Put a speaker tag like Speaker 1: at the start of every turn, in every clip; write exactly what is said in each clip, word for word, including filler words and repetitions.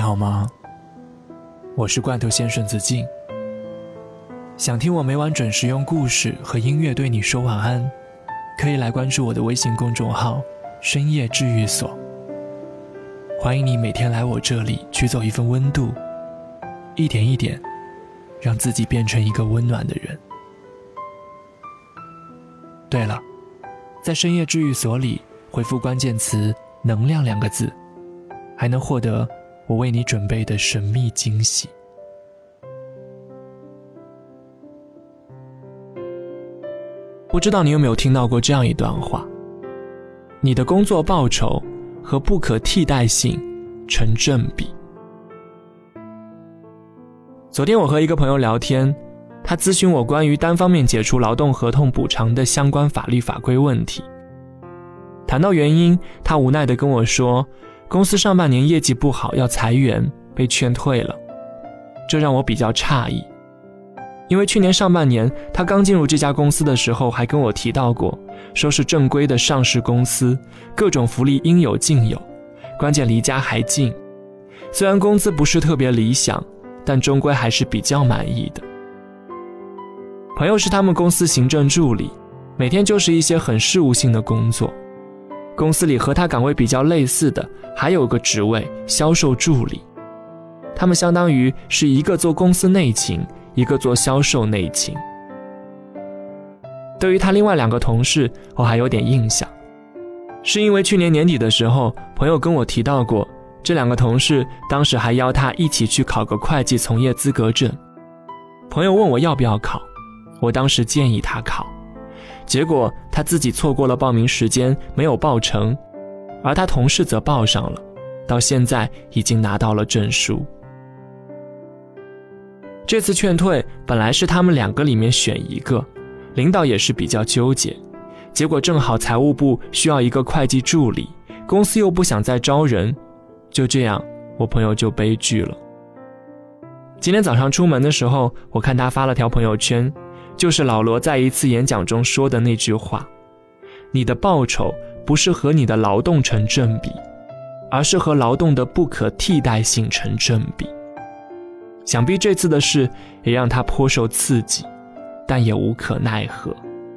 Speaker 1: 好吗？我是罐头先生子敬。想听我每晚准时用故事和音乐对你说晚安，可以来关注我的微信公众号深夜治愈所。欢迎你每天来我这里取走一份温度，一点一点让自己变成一个温暖的人。对了，在深夜治愈所里回复关键词能量两个字，还能获得我为你准备的神秘惊喜。不知道你有没有听到过这样一段话：你的工作报酬和不可替代性成正比。昨天我和一个朋友聊天，他咨询我关于单方面解除劳动合同补偿的相关法律法规问题。谈到原因，他无奈地跟我说，公司上半年业绩不好，要裁员，被劝退了。这让我比较诧异，因为去年上半年他刚进入这家公司的时候还跟我提到过，说是正规的上市公司，各种福利应有尽有，关键离家还近。虽然工资不是特别理想，但终归还是比较满意的。朋友是他们公司行政助理，每天就是一些很事务性的工作。公司里和他岗位比较类似的还有个职位，销售助理。他们相当于是一个做公司内勤，一个做销售内勤。对于他另外两个同事，我还有点印象，是因为去年年底的时候，朋友跟我提到过，这两个同事当时还邀他一起去考个会计从业资格证。朋友问我要不要考，我当时建议他考，结果他自己错过了报名时间，没有报成，而他同事则报上了，到现在已经拿到了证书。这次劝退本来是他们两个里面选一个，领导也是比较纠结，结果正好财务部需要一个会计助理，公司又不想再招人，就这样我朋友就悲剧了。今天早上出门的时候，我看他发了条朋友圈，就是老罗在一次演讲中说的那句话：你的报酬不是和你的劳动成正比，而是和劳动的不可替代性成正比。想必这次的事也让他颇受刺激，但也无可奈何。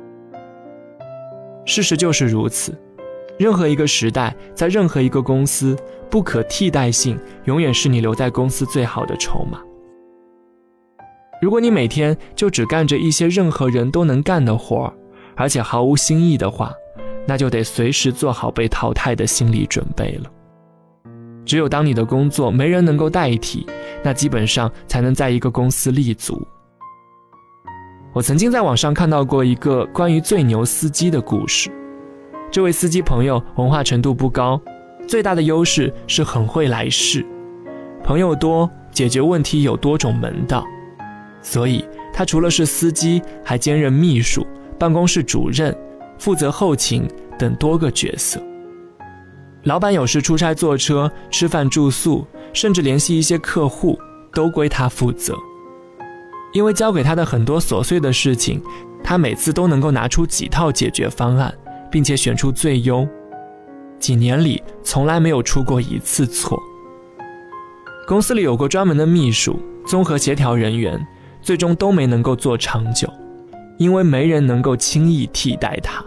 Speaker 1: 事实就是如此，任何一个时代，在任何一个公司，不可替代性永远是你留在公司最好的筹码。如果你每天就只干着一些任何人都能干的活儿，而且毫无新意的话，那就得随时做好被淘汰的心理准备了。只有当你的工作没人能够代替，那基本上才能在一个公司立足。我曾经在网上看到过一个关于最牛司机的故事。这位司机朋友文化程度不高，最大的优势是很会来事，朋友多，解决问题有多种门道，所以他除了是司机，还兼任秘书、办公室主任、负责后勤等多个角色。老板有时出差坐车、吃饭住宿，甚至联系一些客户，都归他负责。因为交给他的很多琐碎的事情，他每次都能够拿出几套解决方案，并且选出最优。几年里从来没有出过一次错。公司里有过专门的秘书、综合协调人员，最终都没能够做长久，因为没人能够轻易替代他。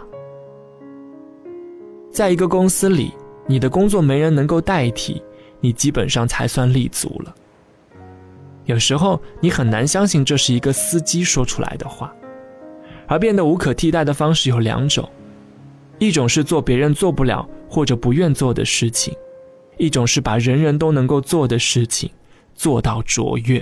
Speaker 1: 在一个公司里，你的工作没人能够代替，你基本上才算立足了。有时候你很难相信这是一个司机说出来的话。而变得无可替代的方式有两种，一种是做别人做不了或者不愿做的事情，一种是把人人都能够做的事情做到卓越。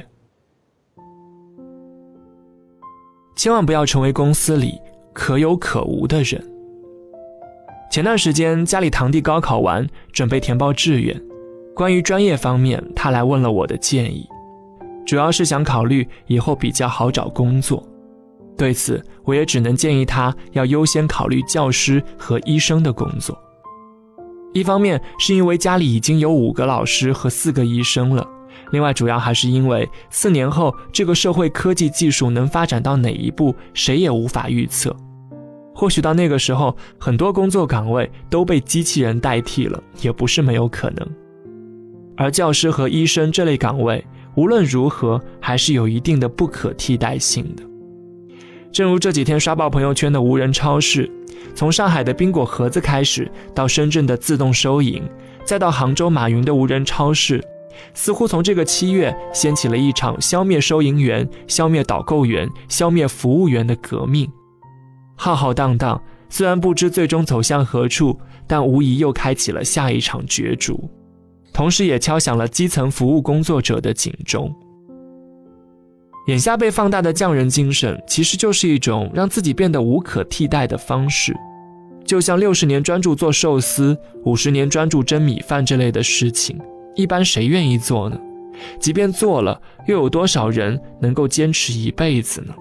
Speaker 1: 千万不要成为公司里可有可无的人。前段时间家里堂弟高考完，准备填报志愿，关于专业方面他来问了我的建议，主要是想考虑以后比较好找工作。对此我也只能建议他要优先考虑教师和医生的工作。一方面是因为家里已经有五个老师和四个医生了，另外主要还是因为四年后这个社会科技技术能发展到哪一步，谁也无法预测。或许到那个时候，很多工作岗位都被机器人代替了，也不是没有可能。 而教师和医生这类岗位无论如何还是有一定的不可替代性的。正如这几天刷爆朋友圈的无人超市，从上海的冰果盒子开始，到深圳的自动收银，再到杭州马云的无人超市，似乎从这个七月掀起了一场消灭收银员、消灭导购员、消灭服务员的革命。浩浩荡荡，虽然不知最终走向何处，但无疑又开启了下一场角逐，同时也敲响了基层服务工作者的警钟。眼下被放大的匠人精神，其实就是一种让自己变得无可替代的方式。就像六十年专注做寿司，五十年专注蒸米饭这类的事情，一般谁愿意做呢？即便做了，又有多少人能够坚持一辈子呢？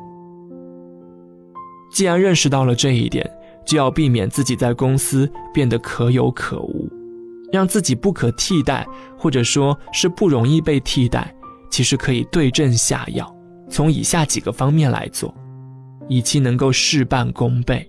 Speaker 1: 既然认识到了这一点，就要避免自己在公司变得可有可无，让自己不可替代，或者说是不容易被替代，其实可以对症下药，从以下几个方面来做，以期能够事半功倍。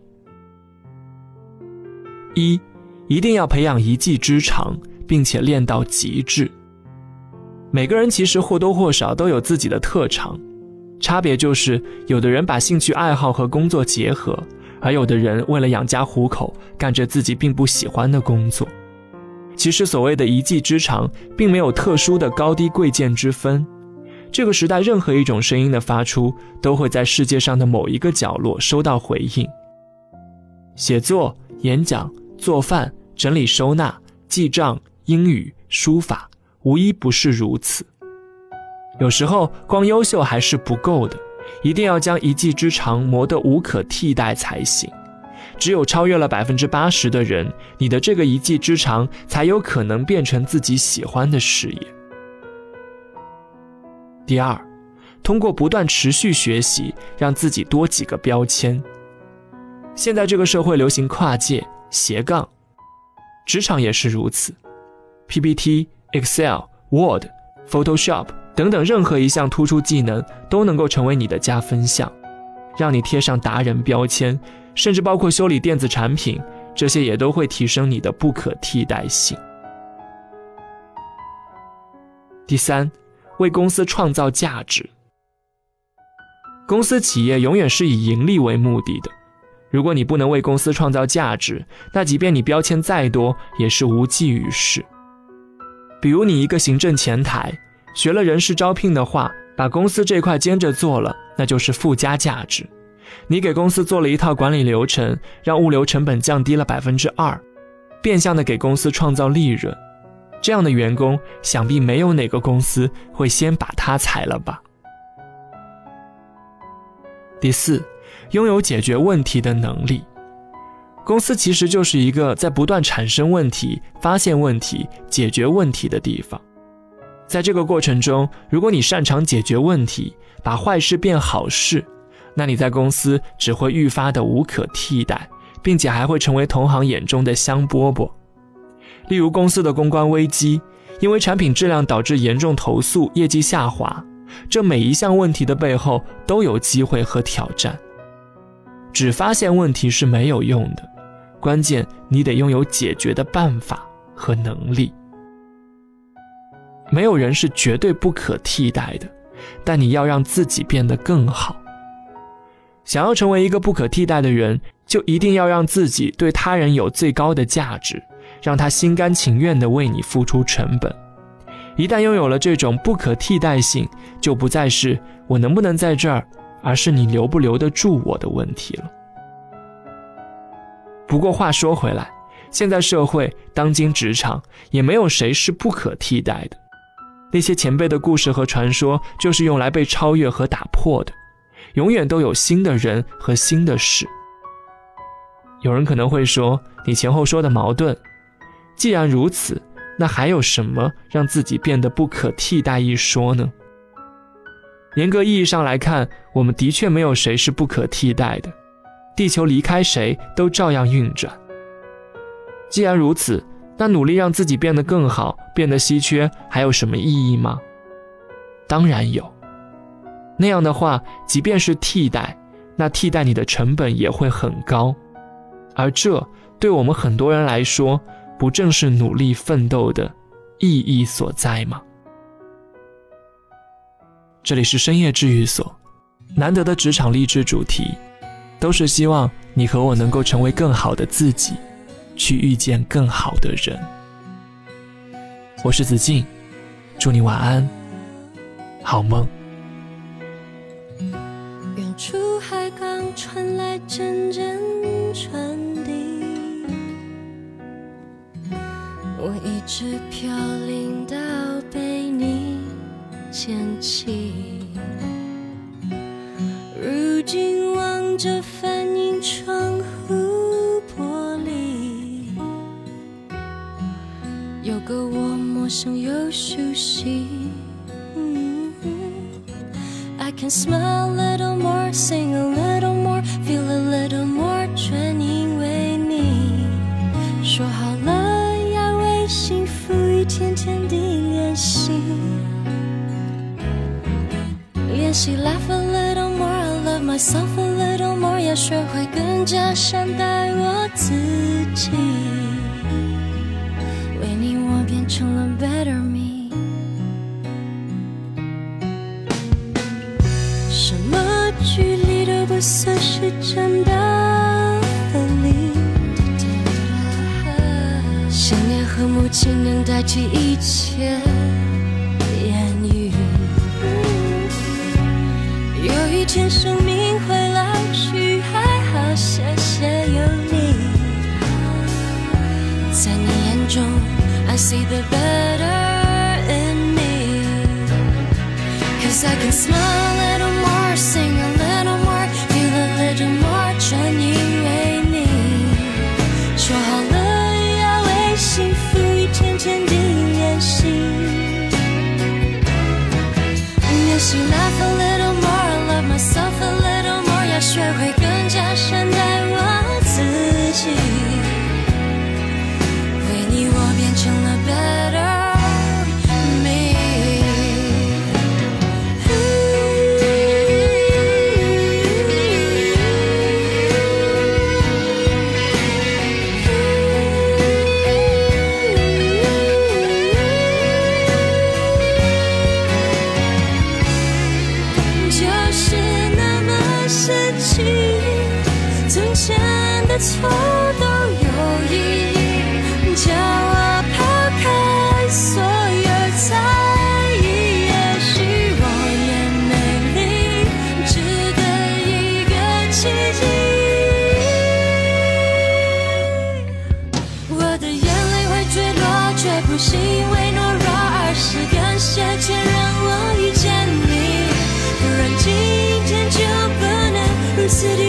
Speaker 1: 一，一定要培养一技之长，并且练到极致。每个人其实或多或少都有自己的特长，差别就是有的人把兴趣爱好和工作结合，而有的人为了养家糊口，干着自己并不喜欢的工作。其实所谓的一技之长，并没有特殊的高低贵贱之分。这个时代任何一种声音的发出，都会在世界上的某一个角落收到回应。写作、演讲、做饭、整理收纳、记账、英语、书法，无一不是如此。有时候光优秀还是不够的，一定要将一技之长磨得无可替代才行。只有超越了 百分之八十 的人，你的这个一技之长才有可能变成自己喜欢的事业。第二，通过不断持续学习，让自己多几个标签。现在这个社会流行跨界、斜杠，职场也是如此。P P T、Excel、Word、Photoshop 等等任何一项突出技能都能够成为你的加分项，让你贴上达人标签，甚至包括修理电子产品，这些也都会提升你的不可替代性。第三，为公司创造价值。公司企业永远是以盈利为目的的，如果你不能为公司创造价值，那即便你标签再多，也是无济于事。比如你一个行政前台，学了人事招聘的话，把公司这块兼着做了，那就是附加价值。你给公司做了一套管理流程，让物流成本降低了 百分之二， 变相的给公司创造利润。这样的员工，想必没有哪个公司会先把他裁了吧。第四，拥有解决问题的能力。公司其实就是一个在不断产生问题、发现问题、解决问题的地方。在这个过程中，如果你擅长解决问题，把坏事变好事，那你在公司只会愈发的无可替代，并且还会成为同行眼中的香饽饽。例如公司的公关危机，因为产品质量导致严重投诉，业绩下滑，这每一项问题的背后都有机会和挑战。只发现问题是没有用的，关键你得拥有解决的办法和能力。没有人是绝对不可替代的，但你要让自己变得更好。想要成为一个不可替代的人，就一定要让自己对他人有最高的价值，让他心甘情愿地为你付出成本。一旦拥有了这种不可替代性，就不再是我能不能在这儿，而是你留不留得住我的问题了。不过话说回来，现在社会，当今职场，也没有谁是不可替代的。那些前辈的故事和传说，就是用来被超越和打破的，永远都有新的人和新的事。有人可能会说，你前后说的矛盾。既然如此，那还有什么让自己变得不可替代一说呢？严格意义上来看，我们的确没有谁是不可替代的，地球离开谁都照样运转。既然如此，那努力让自己变得更好，变得稀缺，还有什么意义吗？当然有。那样的话，即便是替代，那替代你的成本也会很高，而这对我们很多人来说，不正是努力奋斗的意义所在吗？这里是深夜治愈所，难得的职场励志主题，都是希望你和我能够成为更好的自己，去遇见更好的人。我是子敬，祝你晚安，好梦。
Speaker 2: 远处海港传来阵阵船笛，我一直飘零到被你捡起，如今望着反映窗户玻璃，有个我陌生又熟悉。I can smile a little more, sing a little more, feel a little more， 全因为你说好了要为幸福一天天地练习，练习 laugh a little more, I love myself a little more， 要学会更加善待我自己，为你我变成了 better me。什么距离都不算是真的分离，想念和母亲能代替一切言语，有一天生命会老去，还好谢谢有你，在你眼中 I see the better in me， Cause I can smile a little more, sing a little more, feel a little more， 全因为你说好了要为幸福一天天地练习，练习 laugh a little more, I love myself a little more， 要学会更加善待我自己，为你我变成了 better错都有意义，叫我抛开所有猜疑，也许我也美丽，值得一个奇迹。我的眼泪会坠落，却不是因为懦弱，而是感谢天让我遇见你，不然今天就不能如此地